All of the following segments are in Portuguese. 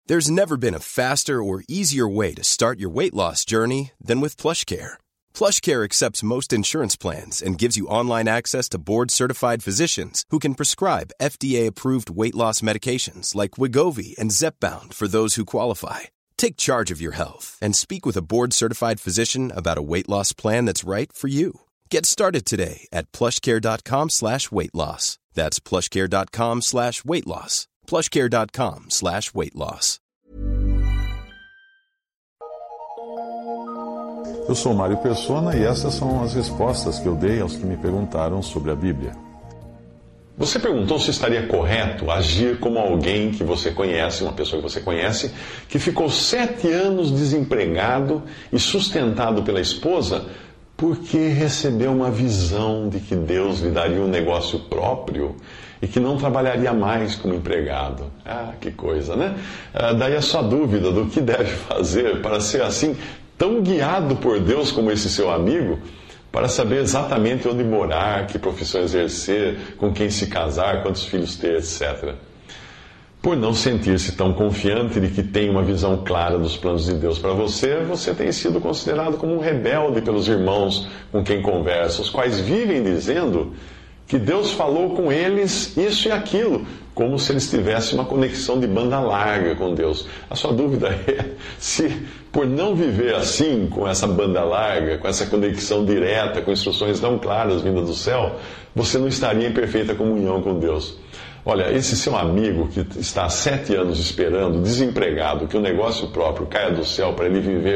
There's never been a faster or easier way to start your weight loss journey than with PlushCare. PlushCare accepts most insurance plans and gives you online access to board-certified physicians who can prescribe FDA-approved weight loss medications like Wegovy and Zepbound for those who qualify. Take charge of your health and speak with a board-certified physician about a weight loss plan that's right for you. Get started today at plushcare.com/weight loss. That's plushcare.com/weight loss. plushcare.com/weight loss. Eu sou Mário Persona e essas são as respostas que eu dei aos que me perguntaram sobre a Bíblia. Você perguntou se estaria correto agir como alguém que você conhece, uma pessoa que você conhece, que ficou 7 anos desempregado e sustentado pela esposa porque recebeu uma visão de que Deus lhe daria um negócio próprio e que não trabalharia mais como empregado. Ah, que coisa, né? Daí a sua dúvida do que deve fazer para ser assim, tão guiado por Deus como esse seu amigo, para saber exatamente onde morar, que profissão exercer, com quem se casar, quantos filhos ter, etc. Por não sentir-se tão confiante de que tem uma visão clara dos planos de Deus para você, você tem sido considerado como um rebelde pelos irmãos com quem conversa, os quais vivem dizendo que Deus falou com eles isso e aquilo, como se eles tivessem uma conexão de banda larga com Deus. A sua dúvida é se, por não viver assim, com essa banda larga, com essa conexão direta, com instruções tão claras vindas do céu, você não estaria em perfeita comunhão com Deus. Olha, esse seu amigo que está há 7 anos esperando, desempregado, que o negócio próprio caia do céu para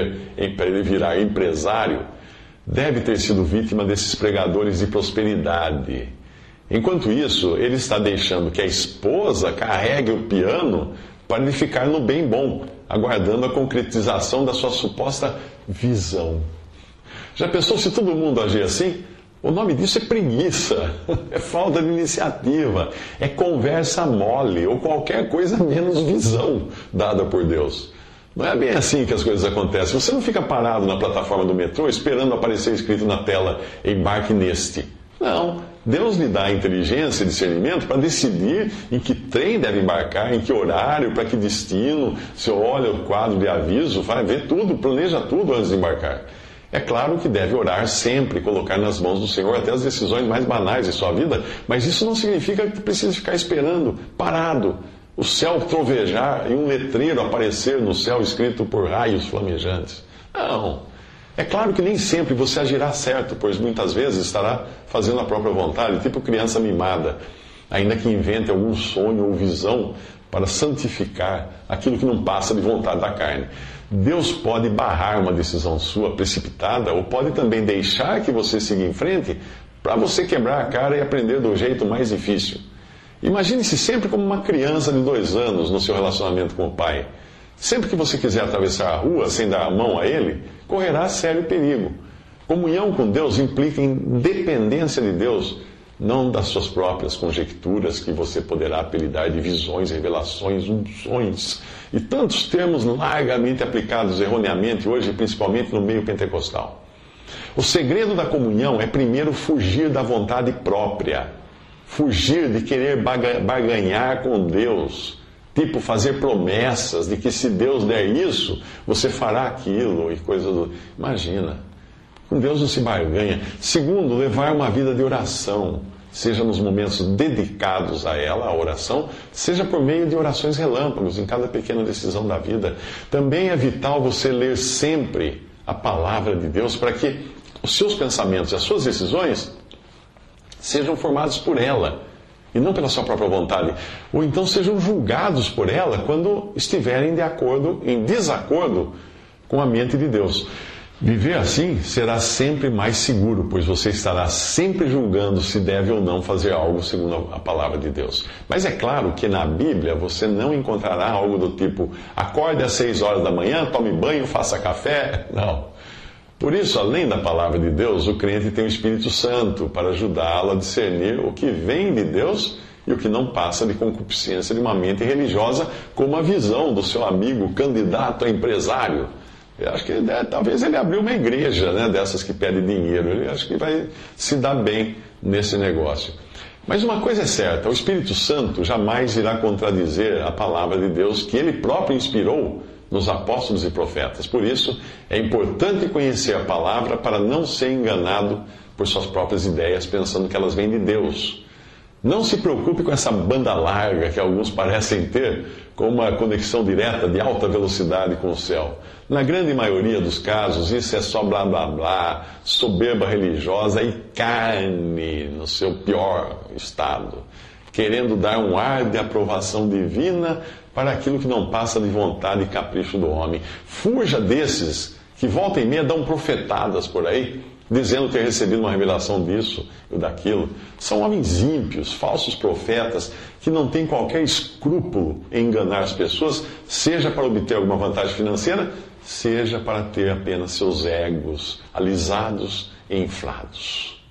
ele virar empresário, deve ter sido vítima desses pregadores de prosperidade. Enquanto isso, ele está deixando que a esposa carregue o piano para ele ficar no bem bom, aguardando a concretização da sua suposta visão. Já pensou se todo mundo agir assim? O nome disso é preguiça, é falta de iniciativa, é conversa mole ou qualquer coisa menos visão dada por Deus. Não é bem assim que as coisas acontecem. Você não fica parado na plataforma do metrô esperando aparecer escrito na tela, embarque neste. Não, Deus lhe dá inteligência e discernimento para decidir em que trem deve embarcar, em que horário, para que destino. Você olha o quadro de aviso, vai ver tudo, planeja tudo antes de embarcar. É claro que deve orar sempre, colocar nas mãos do Senhor até as decisões mais banais de sua vida, mas isso não significa que precisa ficar esperando, parado, o céu trovejar e um letreiro aparecer no céu escrito por raios flamejantes. Não. É claro que nem sempre você agirá certo, pois muitas vezes estará fazendo a própria vontade, tipo criança mimada, ainda que invente algum sonho ou visão para santificar aquilo que não passa de vontade da carne. Deus pode barrar uma decisão sua precipitada ou pode também deixar que você siga em frente para você quebrar a cara e aprender do jeito mais difícil. Imagine-se sempre como uma criança de 2 anos no seu relacionamento com o pai. Sempre que você quiser atravessar a rua sem dar a mão a ele, correrá sério perigo. Comunhão com Deus implica em dependência de Deus, não das suas próprias conjecturas que você poderá apelidar de visões, revelações, unções e tantos termos largamente aplicados erroneamente hoje, principalmente no meio pentecostal. O segredo da comunhão é primeiro fugir da vontade própria, fugir de querer barganhar com Deus, tipo fazer promessas de que se Deus der isso, você fará aquilo e coisas do... Imagina, com Deus não se barganha. Segundo, levar uma vida de oração, seja nos momentos dedicados a ela, a oração, seja por meio de orações relâmpagos em cada pequena decisão da vida. Também é vital você ler sempre a palavra de Deus para que os seus pensamentos e as suas decisões sejam formados por ela e não pela sua própria vontade, ou então sejam julgados por ela quando estiverem em desacordo com a mente de Deus. Viver assim será sempre mais seguro, pois você estará sempre julgando se deve ou não fazer algo segundo a palavra de Deus. Mas é claro que na Bíblia você não encontrará algo do tipo, acorde às 6 horas da manhã, tome banho, faça café. Não. Por isso, além da palavra de Deus, o crente tem o Espírito Santo para ajudá-lo a discernir o que vem de Deus e o que não passa de concupiscência de uma mente religiosa, como a visão do seu amigo candidato a empresário. Eu acho que talvez ele abriu uma igreja, né, dessas que pedem dinheiro. Ele acho que vai se dar bem nesse negócio. Mas uma coisa é certa, o Espírito Santo jamais irá contradizer a palavra de Deus que ele próprio inspirou nos apóstolos e profetas. Por isso, é importante conhecer a palavra para não ser enganado por suas próprias ideias, pensando que elas vêm de Deus. Não se preocupe com essa banda larga que alguns parecem ter, com uma conexão direta de alta velocidade com o céu. Na grande maioria dos casos, isso é só blá blá blá, soberba religiosa e carne no seu pior estado, querendo dar um ar de aprovação divina para aquilo que não passa de vontade e capricho do homem. Fuja desses que volta e meia dão profetadas por aí, dizendo ter recebido uma revelação disso ou daquilo. São homens ímpios, falsos profetas, que não têm qualquer escrúpulo em enganar as pessoas, seja para obter alguma vantagem financeira, seja para ter apenas seus egos alisados e inflados.